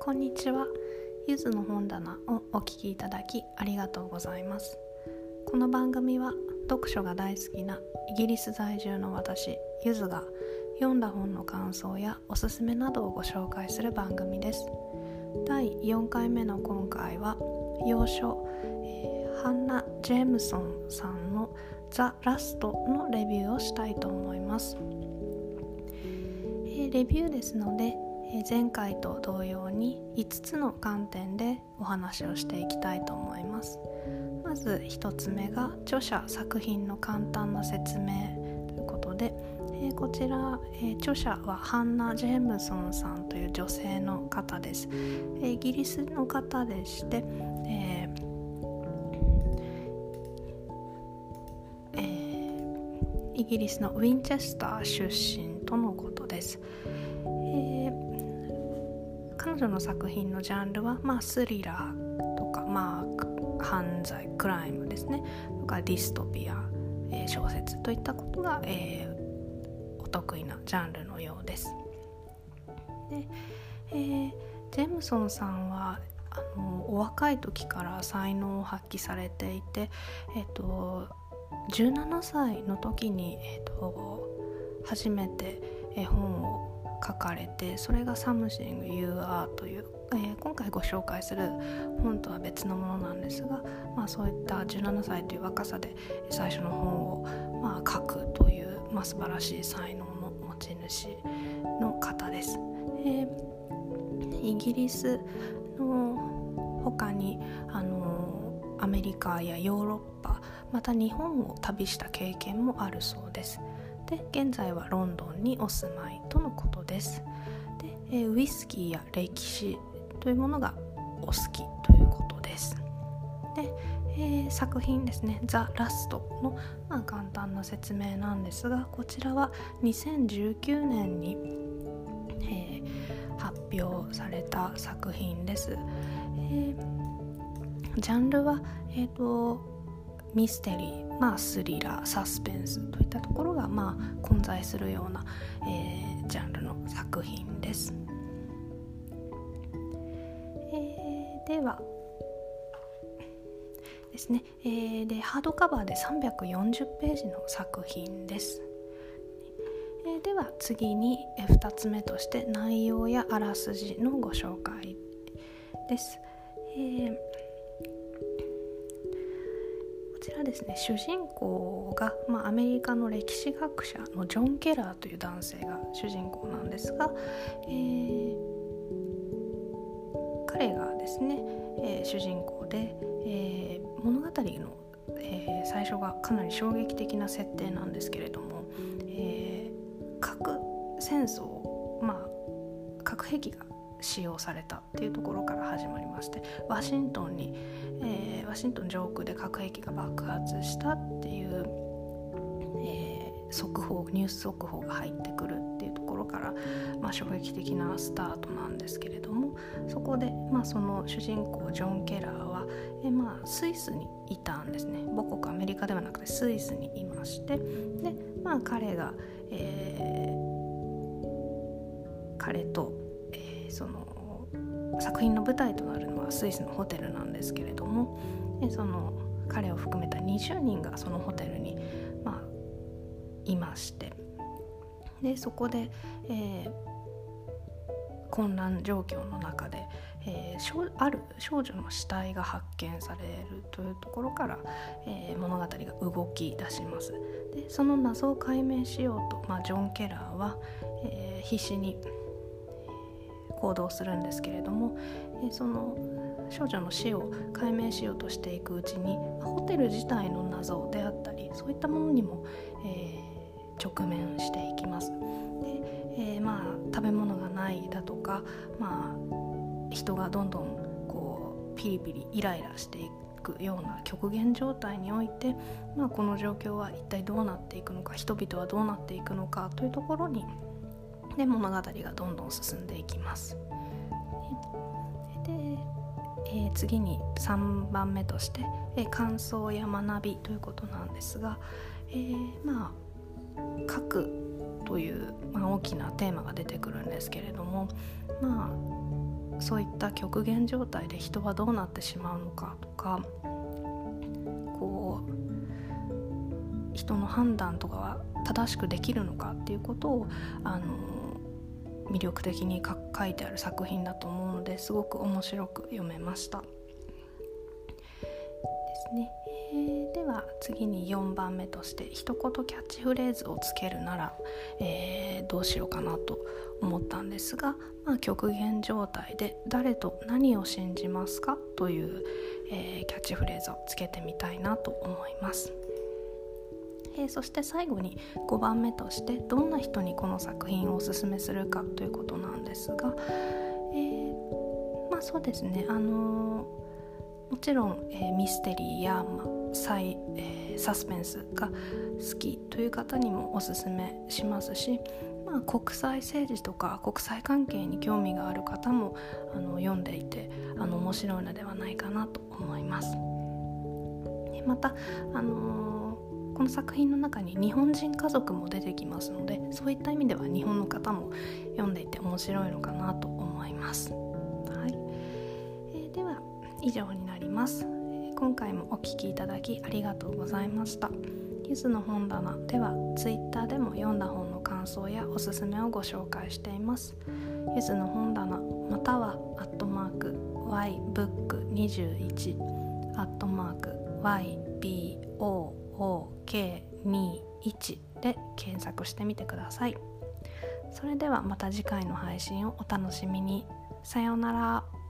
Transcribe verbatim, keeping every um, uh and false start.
こんにちは。ゆずの本棚をお聞きいただきありがとうございます。この番組は読書が大好きなイギリス在住の私ゆずが読んだ本の感想やおすすめなどをご紹介する番組です。だいよんかいめの今回は洋書、えー、ハンナ・ジェームソンさんのザ・ラストのレビューをしたいと思います。えー、レビューですので前回と同様にいつつの観点でお話をしていきたいと思います。まずひとつめが著者作品の簡単な説明ということで、えー、こちら、えー、著者はハンナ・ジェームソンさんという女性の方です。えー、イギリスの方でして、えーえー、イギリスのウィンチェスター出身とのことです。えー彼女の作品のジャンルは、まあ、スリラーとか、まあ、犯罪クライムですねとかディストピア、えー、小説といったことが、えー、お得意なジャンルのようです。で、えー、ジェームソンさんはあのお若い時から才能を発揮されていて、えーと、じゅうななさいの時に、えーと、初めて絵本を書かれて、それが Something You Are という、えー、今回ご紹介する本とは別のものなんですが、まあ、そういったじゅうななさいという若さで最初の本を、まあ、書くという、まあ、素晴らしい才能の持ち主の方です。えー、イギリスの他にあのアメリカやヨーロッパ、また日本を旅した経験もあるそうです。で現在はロンドンにお住まいとのことです。で、えー、ウイスキーや歴史というものがお好きということです。で、えー、作品ですね、ザ・ラストの、まあ、簡単な説明なんですが、こちらはにせんじゅうきゅうねんに、えー、発表された作品です。えー、ジャンルは、えーとミステリー、まあ、スリラー、サスペンスといったところが、まあ、混在するような、えー、ジャンルの作品です。えー、ではですね、えー、でハードカバーでさんびゃくよんじゅうページの作品です。えー、では次にふたつめとして内容やあらすじのご紹介です。えーこちらですね、主人公が、まあ、アメリカの歴史学者のジョン・ケラーという男性が主人公なんですが、えー、彼がですね、えー、主人公で、えー、物語の、えー、最初がかなり衝撃的な設定なんですけれども、えー、核戦争、まあ、核兵器が使用されたっていうところから始まりまして、ワシントンに、えー、ワシントン上空で核兵器が爆発したっていう、えー、速報ニュース速報が入ってくるっていうところから、まあ、衝撃的なスタートなんですけれども、そこで、まあ、その主人公ジョン・ケラーは、えーまあ、スイスにいたんですね。母国アメリカではなくてスイスにいまして、で、まあ、彼が、えー、彼とその作品の舞台となるのはスイスのホテルなんですけれども、その彼を含めたにじゅうにんがそのホテルに、まあ、いまして、でそこで、えー、混乱状況の中で、えー、ある少女の死体が発見されるというところから、えー、物語が動き出します。でその謎を解明しようと、まあ、ジョン・ケラーは、えー、必死に行動するんですけれども、えー、その少女の死を解明しようとしていくうちに、ホテル自体の謎であったり、そういったものにも、えー、直面していきます。で、えー、まあ食べ物がないだとか、まあ人がどんどんこうピリピリイライラしていくような極限状態において、まあ、この状況は一体どうなっていくのか、人々はどうなっていくのかというところにで物語がどんどん進んでいきます。で、えー、次にさんばんめとして、えー、感想や学びということなんですが、えー、まあ核という、まあ、大きなテーマが出てくるんですけれども、まあそういった極限状態で人はどうなってしまうのかとか、こう人の判断とかは正しくできるのかっていうことをあの魅力的に書いてある作品だと思うので、すごく面白く読めましたですね。えー、では次によんばんめとして、一言キャッチフレーズをつけるなら、えー、どうしようかなと思ったんですが、まあ、極限状態で誰と何を信じますかという、えー、キャッチフレーズをつけてみたいなと思います。えー、そして最後にごばんめとして、どんな人にこの作品をおすすめするかということなんですが、えー、まあそうですね、あのーもちろん、えー、ミステリーや、まあサイえー、サスペンスが好きという方にもおすすめしますし、まあ、国際政治とか国際関係に興味がある方もあの読んでいてあの面白いのではないかなと思います。また、あのー、この作品の中に日本人家族も出てきますので、そういった意味では日本の方も読んでいて面白いのかなと思います。はい、えー、では以上になります。今回もお聞きいただきありがとうございました。ゆずの本棚ではツイッターでも読んだ本の感想やおすすめをご紹介しています。ゆずの本棚またはアットマーク ワイブックにじゅういち アットマーク ワイビーオーオーケーにじゅういち で検索してみてください。それではまた次回の配信をお楽しみに。さようなら。